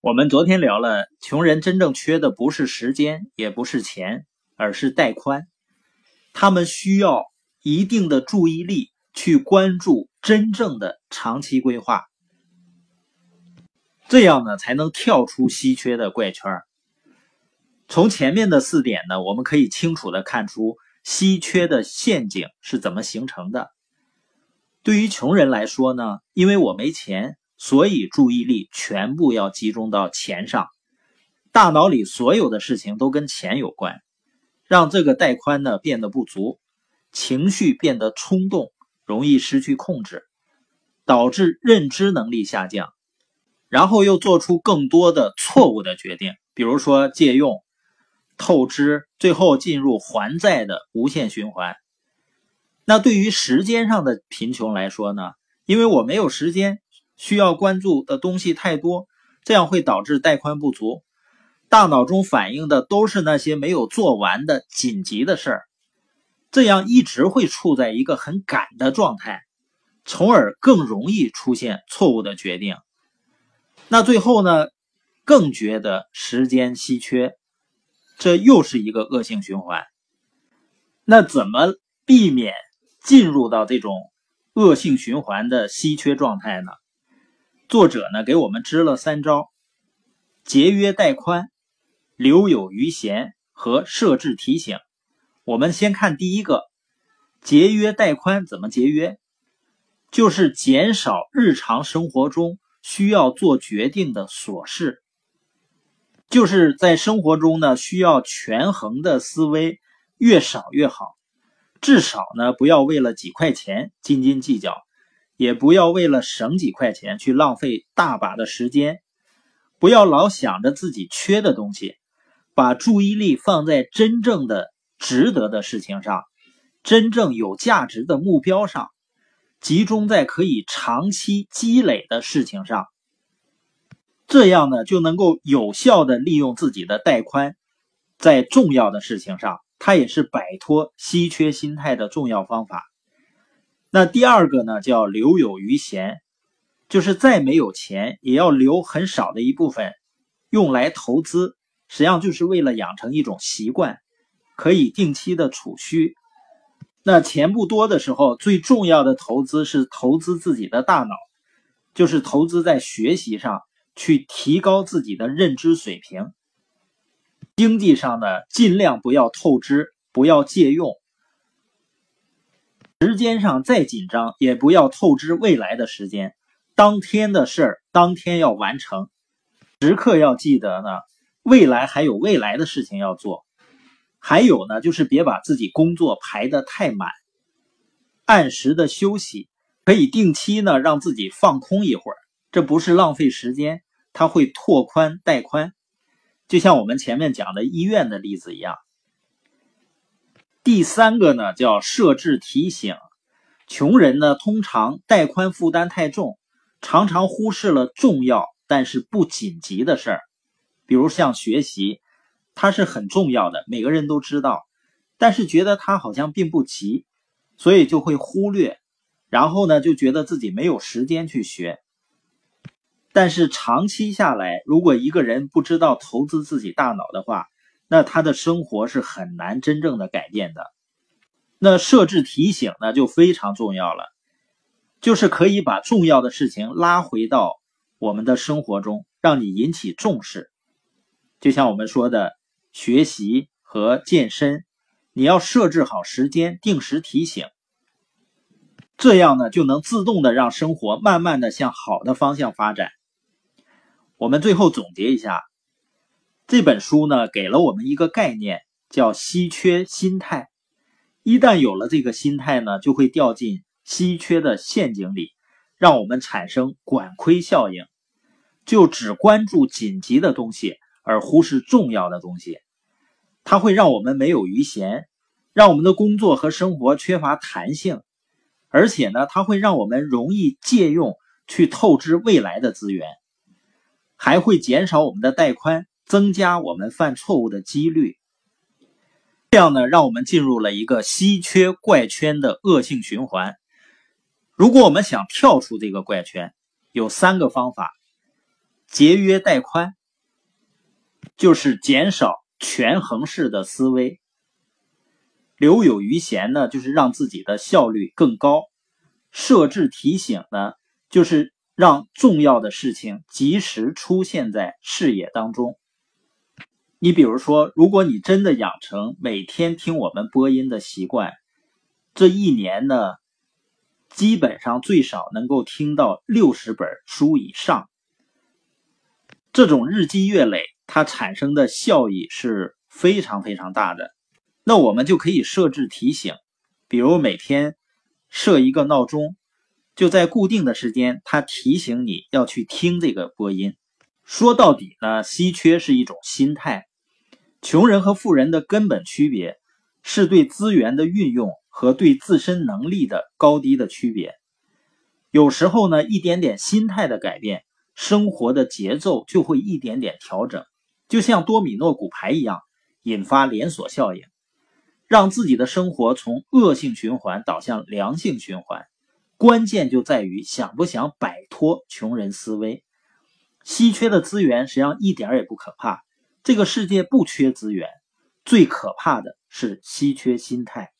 我们昨天聊了，穷人真正缺的不是时间，也不是钱，而是带宽。他们需要一定的注意力去关注真正的长期规划，这样呢才能跳出稀缺的怪圈。从前面的4点呢，我们可以清楚地看出稀缺的陷阱是怎么形成的。对于穷人来说呢，因为我没钱，所以注意力全部要集中到钱上，大脑里所有的事情都跟钱有关，让这个带宽呢变得不足，情绪变得冲动，容易失去控制，导致认知能力下降，然后又做出更多的错误的决定，比如说借用、透支，最后进入还债的无限循环。那对于时间上的贫穷来说呢，因为我没有时间，需要关注的东西太多，这样会导致带宽不足，大脑中反映的都是那些没有做完的紧急的事儿，这样一直会处在一个很赶的状态，从而更容易出现错误的决定。那最后呢，更觉得时间稀缺，这又是一个恶性循环。那怎么避免进入到这种恶性循环的稀缺状态呢？作者呢给我们支了3招：节约带宽、留有余闲和设置提醒。我们先看第一个，节约带宽怎么节约？就是减少日常生活中需要做决定的琐事，就是在生活中呢需要权衡的思维越少越好，至少呢不要为了几块钱斤斤计较，也不要为了省几块钱去浪费大把的时间，不要老想着自己缺的东西，把注意力放在真正的值得的事情上，真正有价值的目标上，集中在可以长期积累的事情上。这样呢就能够有效的利用自己的带宽，在重要的事情上，它也是摆脱稀缺心态的重要方法。那第二个呢叫留有余闲，就是再没有钱也要留很少的一部分用来投资，实际上就是为了养成一种习惯，可以定期的储蓄。那钱不多的时候，最重要的投资是投资自己的大脑，就是投资在学习上，去提高自己的认知水平。经济上呢，尽量不要透支，不要借用。时间上再紧张，也不要透支未来的时间。当天的事儿，当天要完成。时刻要记得呢，未来还有未来的事情要做。还有呢，就是别把自己工作排得太满，按时的休息，可以定期呢让自己放空一会儿，这不是浪费时间，它会拓宽带宽，就像我们前面讲的医院的例子一样。第3个呢叫设置提醒。穷人呢通常带宽负担太重，常常忽视了重要但是不紧急的事儿，比如像学习，它是很重要的，每个人都知道，但是觉得它好像并不急，所以就会忽略，然后呢就觉得自己没有时间去学。但是长期下来，如果一个人不知道投资自己大脑的话，那他的生活是很难真正的改变的。那设置提醒呢就非常重要了，就是可以把重要的事情拉回到我们的生活中，让你引起重视。就像我们说的学习和健身，你要设置好时间，定时提醒，这样呢就能自动的让生活慢慢的向好的方向发展。我们最后总结一下，这本书呢给了我们一个概念，叫稀缺心态。一旦有了这个心态呢，就会掉进稀缺的陷阱里，让我们产生管窥效应，就只关注紧急的东西，而忽视重要的东西。它会让我们没有余闲，让我们的工作和生活缺乏弹性，而且呢，它会让我们容易借用去透支未来的资源，还会减少我们的带宽，增加我们犯错误的几率。这样呢，让我们进入了一个稀缺怪圈的恶性循环。如果我们想跳出这个怪圈，有3个方法： 节约带宽，就是减少权衡式的思维。留有余闲呢，就是让自己的效率更高。设置提醒呢，就是让重要的事情及时出现在视野当中。你比如说，如果你真的养成每天听我们播音的习惯，这一年呢，基本上最少能够听到60本书以上。这种日积月累，它产生的效益是非常非常大的。那我们就可以设置提醒，比如每天设一个闹钟，就在固定的时间，它提醒你要去听这个播音。说到底呢，稀缺是一种心态。穷人和富人的根本区别是对资源的运用和对自身能力的高低的区别。有时候呢，一点点心态的改变，生活的节奏就会一点点调整，就像多米诺骨牌一样，引发连锁效应，让自己的生活从恶性循环导向良性循环。关键就在于想不想摆脱穷人思维。稀缺的资源实际上一点也不可怕，这个世界不缺资源，最可怕的是稀缺心态。